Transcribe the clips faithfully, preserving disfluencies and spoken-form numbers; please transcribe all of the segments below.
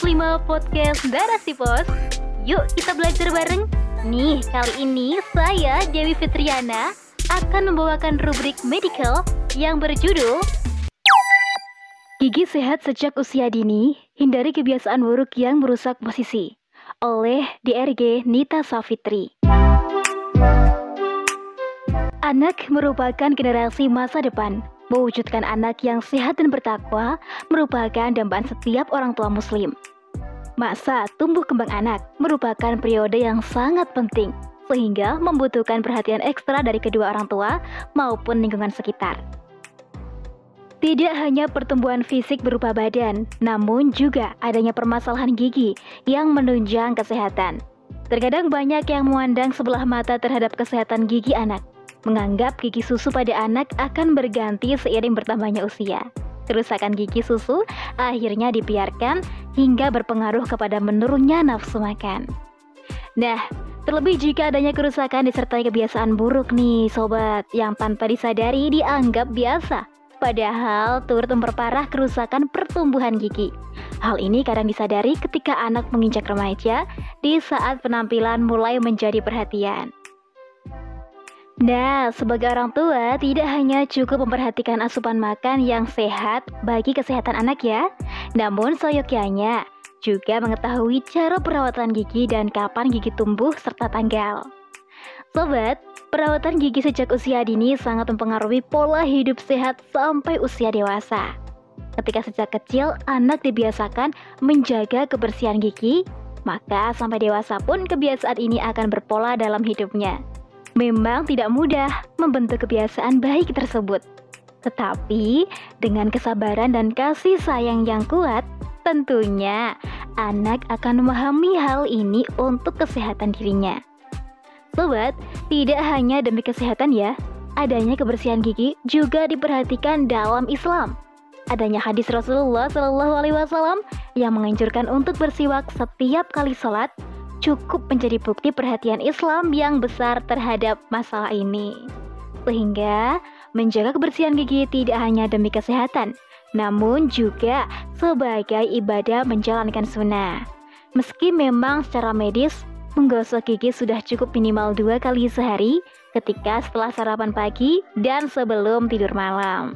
lima Podcast Narasi Pos. Yuk kita belajar bareng. Nih, kali ini saya Dewi Fitriana akan membawakan rubrik medical yang berjudul Gigi Sehat Sejak Usia Dini, Hindari Kebiasaan Buruk yang Merusak Posisi, oleh D R G Nita Savitri. Anak merupakan generasi masa depan. Mewujudkan anak yang sehat dan bertakwa merupakan dambaan setiap orang tua muslim. Masa tumbuh kembang anak merupakan periode yang sangat penting, sehingga membutuhkan perhatian ekstra dari kedua orang tua maupun lingkungan sekitar. Tidak hanya pertumbuhan fisik berupa badan, namun juga adanya permasalahan gigi yang menunjang kesehatan. Terkadang banyak yang memandang sebelah mata terhadap kesehatan gigi anak, menganggap gigi susu pada anak akan berganti seiring bertambahnya usia. Kerusakan gigi susu akhirnya dibiarkan hingga berpengaruh kepada menurunnya nafsu makan. Nah, terlebih jika adanya kerusakan disertai kebiasaan buruk nih sobat, yang tanpa disadari dianggap biasa, padahal turut memperparah kerusakan pertumbuhan gigi. Hal ini kadang disadari ketika anak menginjak remaja di saat penampilan mulai menjadi perhatian. Nah, sebagai orang tua tidak hanya cukup memperhatikan asupan makan yang sehat bagi kesehatan anak ya, namun seyogyanya juga mengetahui cara perawatan gigi dan kapan gigi tumbuh serta tanggal. Sobat, perawatan gigi sejak usia dini sangat mempengaruhi pola hidup sehat sampai usia dewasa. Ketika sejak kecil anak dibiasakan menjaga kebersihan gigi, maka sampai dewasa pun kebiasaan ini akan berpola dalam hidupnya. Memang tidak mudah membentuk kebiasaan baik tersebut, tetapi dengan kesabaran dan kasih sayang yang kuat, tentunya anak akan memahami hal ini untuk kesehatan dirinya. Sobat, tidak hanya demi kesehatan ya, adanya kebersihan gigi juga diperhatikan dalam Islam. Adanya hadis Rasulullah Shallallahu Alaihi Wasallam yang menganjurkan untuk bersiwak setiap kali sholat cukup menjadi bukti perhatian Islam yang besar terhadap masalah ini. Sehingga menjaga kebersihan gigi tidak hanya demi kesehatan, namun juga sebagai ibadah menjalankan sunnah. Meski memang secara medis menggosok gigi sudah cukup minimal dua kali sehari ketika setelah sarapan pagi dan sebelum tidur malam.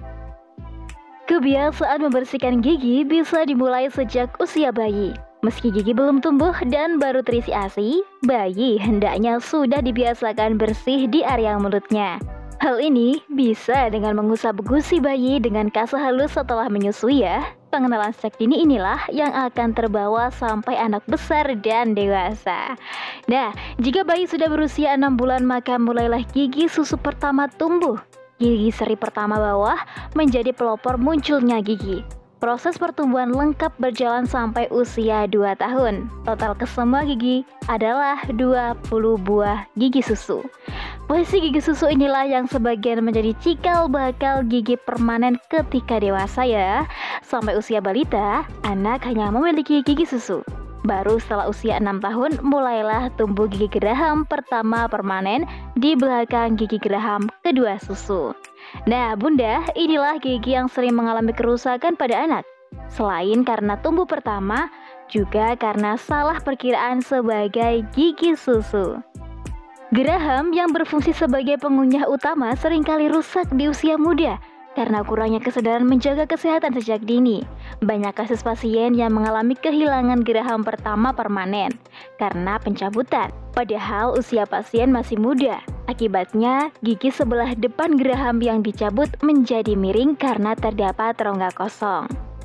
Kebiasaan membersihkan gigi bisa dimulai sejak usia bayi. Meski gigi belum tumbuh dan baru terisi ASI, bayi hendaknya sudah dibiasakan bersih di area mulutnya. Hal ini bisa dengan mengusap gusi bayi dengan kasar halus setelah menyusui ya. Pengenalan sejak dini inilah yang akan terbawa sampai anak besar dan dewasa. Nah, jika bayi sudah berusia enam bulan maka mulailah gigi susu pertama tumbuh. Gigi seri pertama bawah menjadi pelopor munculnya gigi. Proses pertumbuhan lengkap berjalan sampai usia dua tahun. Total kesemua gigi adalah dua puluh buah gigi susu. Posisi gigi susu inilah yang sebagian menjadi cikal bakal gigi permanen ketika dewasa ya. Sampai usia balita, anak hanya memiliki gigi susu. Baru setelah usia enam tahun mulailah tumbuh gigi geraham pertama permanen di belakang gigi geraham kedua susu. Nah bunda, inilah gigi yang sering mengalami kerusakan pada anak. Selain karena tumbuh pertama, juga karena salah perkiraan sebagai gigi susu. Geraham yang berfungsi sebagai pengunyah utama seringkali rusak di usia muda karena kurangnya kesadaran menjaga kesehatan sejak dini. Banyak kasus pasien yang mengalami kehilangan geraham pertama permanen karena pencabutan, padahal usia pasien masih muda. Akibatnya, gigi sebelah depan geraham yang dicabut menjadi miring karena terdapat rongga kosong.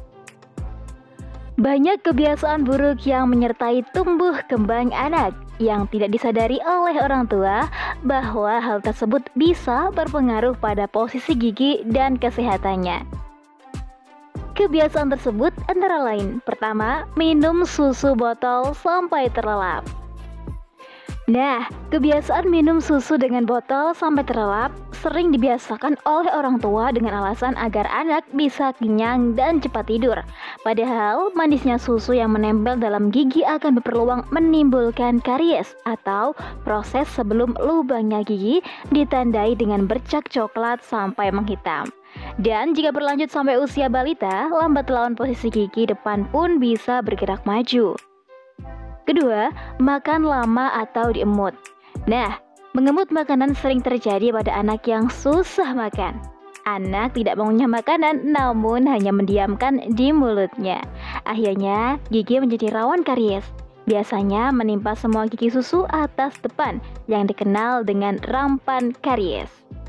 Banyak kebiasaan buruk yang menyertai tumbuh kembang anak yang tidak disadari oleh orang tua bahwa hal tersebut bisa berpengaruh pada posisi gigi dan kesehatannya. Kebiasaan tersebut antara lain, pertama, minum susu botol sampai terlelap. Nah, kebiasaan minum susu dengan botol sampai terlelap sering dibiasakan oleh orang tua dengan alasan agar anak bisa kenyang dan cepat tidur. Padahal manisnya susu yang menempel dalam gigi akan berpeluang menimbulkan karies atau proses sebelum lubangnya gigi ditandai dengan bercak coklat sampai menghitam. Dan jika berlanjut sampai usia balita, lambat laun posisi gigi depan pun bisa bergerak maju. Kedua, makan lama atau diemut. Nah, mengemut makanan sering terjadi pada anak yang susah makan. Anak tidak mengunyah makanan namun hanya mendiamkan di mulutnya. Akhirnya, gigi menjadi rawan karies. Biasanya menimpa semua gigi susu atas depan yang dikenal dengan rampan karies.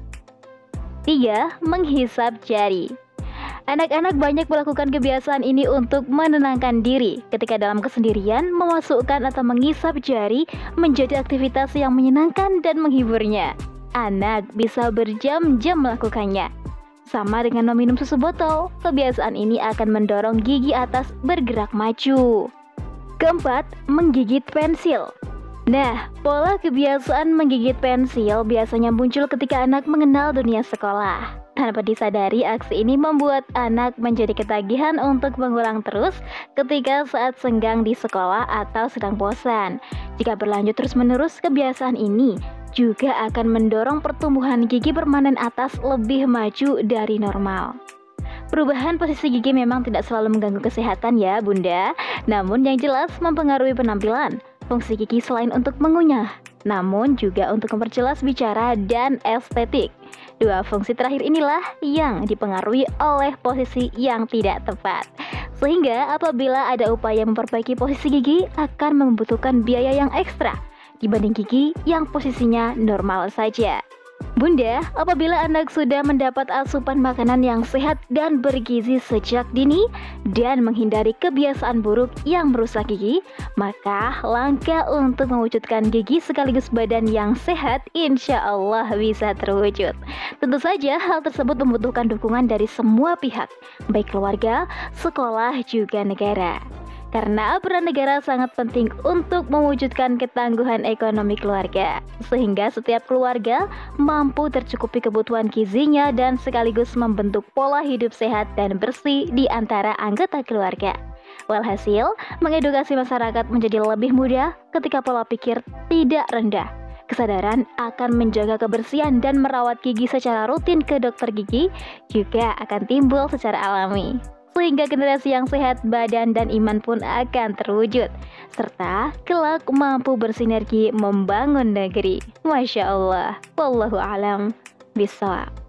Tiga. Menghisap jari. Anak-anak banyak melakukan kebiasaan ini untuk menenangkan diri. Ketika dalam kesendirian, memasukkan atau menghisap jari menjadi aktivitas yang menyenangkan dan menghiburnya. Anak bisa berjam-jam melakukannya. Sama dengan meminum susu botol, kebiasaan ini akan mendorong gigi atas bergerak maju. Keempat, menggigit pensil. Nah, pola kebiasaan menggigit pensil biasanya muncul ketika anak mengenal dunia sekolah. Tanpa disadari, aksi ini membuat anak menjadi ketagihan untuk mengulang terus ketika saat senggang di sekolah atau sedang bosan. Jika berlanjut terus-menerus, kebiasaan ini juga akan mendorong pertumbuhan gigi permanen atas lebih maju dari normal. Perubahan posisi gigi memang tidak selalu mengganggu kesehatan ya bunda, namun yang jelas mempengaruhi penampilan. Fungsi gigi selain untuk mengunyah, namun juga untuk memperjelas bicara dan estetik. Dua fungsi terakhir inilah yang dipengaruhi oleh posisi yang tidak tepat. Sehingga apabila ada upaya memperbaiki posisi gigi akan membutuhkan biaya yang ekstra dibanding gigi yang posisinya normal saja. Bunda, apabila anak sudah mendapat asupan makanan yang sehat dan bergizi sejak dini dan menghindari kebiasaan buruk yang merusak gigi, maka langkah untuk mewujudkan gigi sekaligus badan yang sehat insya Allah bisa terwujud. Tentu saja hal tersebut membutuhkan dukungan dari semua pihak, baik keluarga, sekolah, juga negara. Karena peran negara sangat penting untuk mewujudkan ketangguhan ekonomi keluarga, sehingga setiap keluarga mampu tercukupi kebutuhan gizinya dan sekaligus membentuk pola hidup sehat dan bersih di antara anggota keluarga. Walhasil, mengedukasi masyarakat menjadi lebih mudah ketika pola pikir tidak rendah. Kesadaran akan menjaga kebersihan dan merawat gigi secara rutin ke dokter gigi juga akan timbul secara alami. Sehingga generasi yang sehat badan dan iman pun akan terwujud, serta kelak mampu bersinergi membangun negeri. Masya Allah, wallahu a'lam bishawab.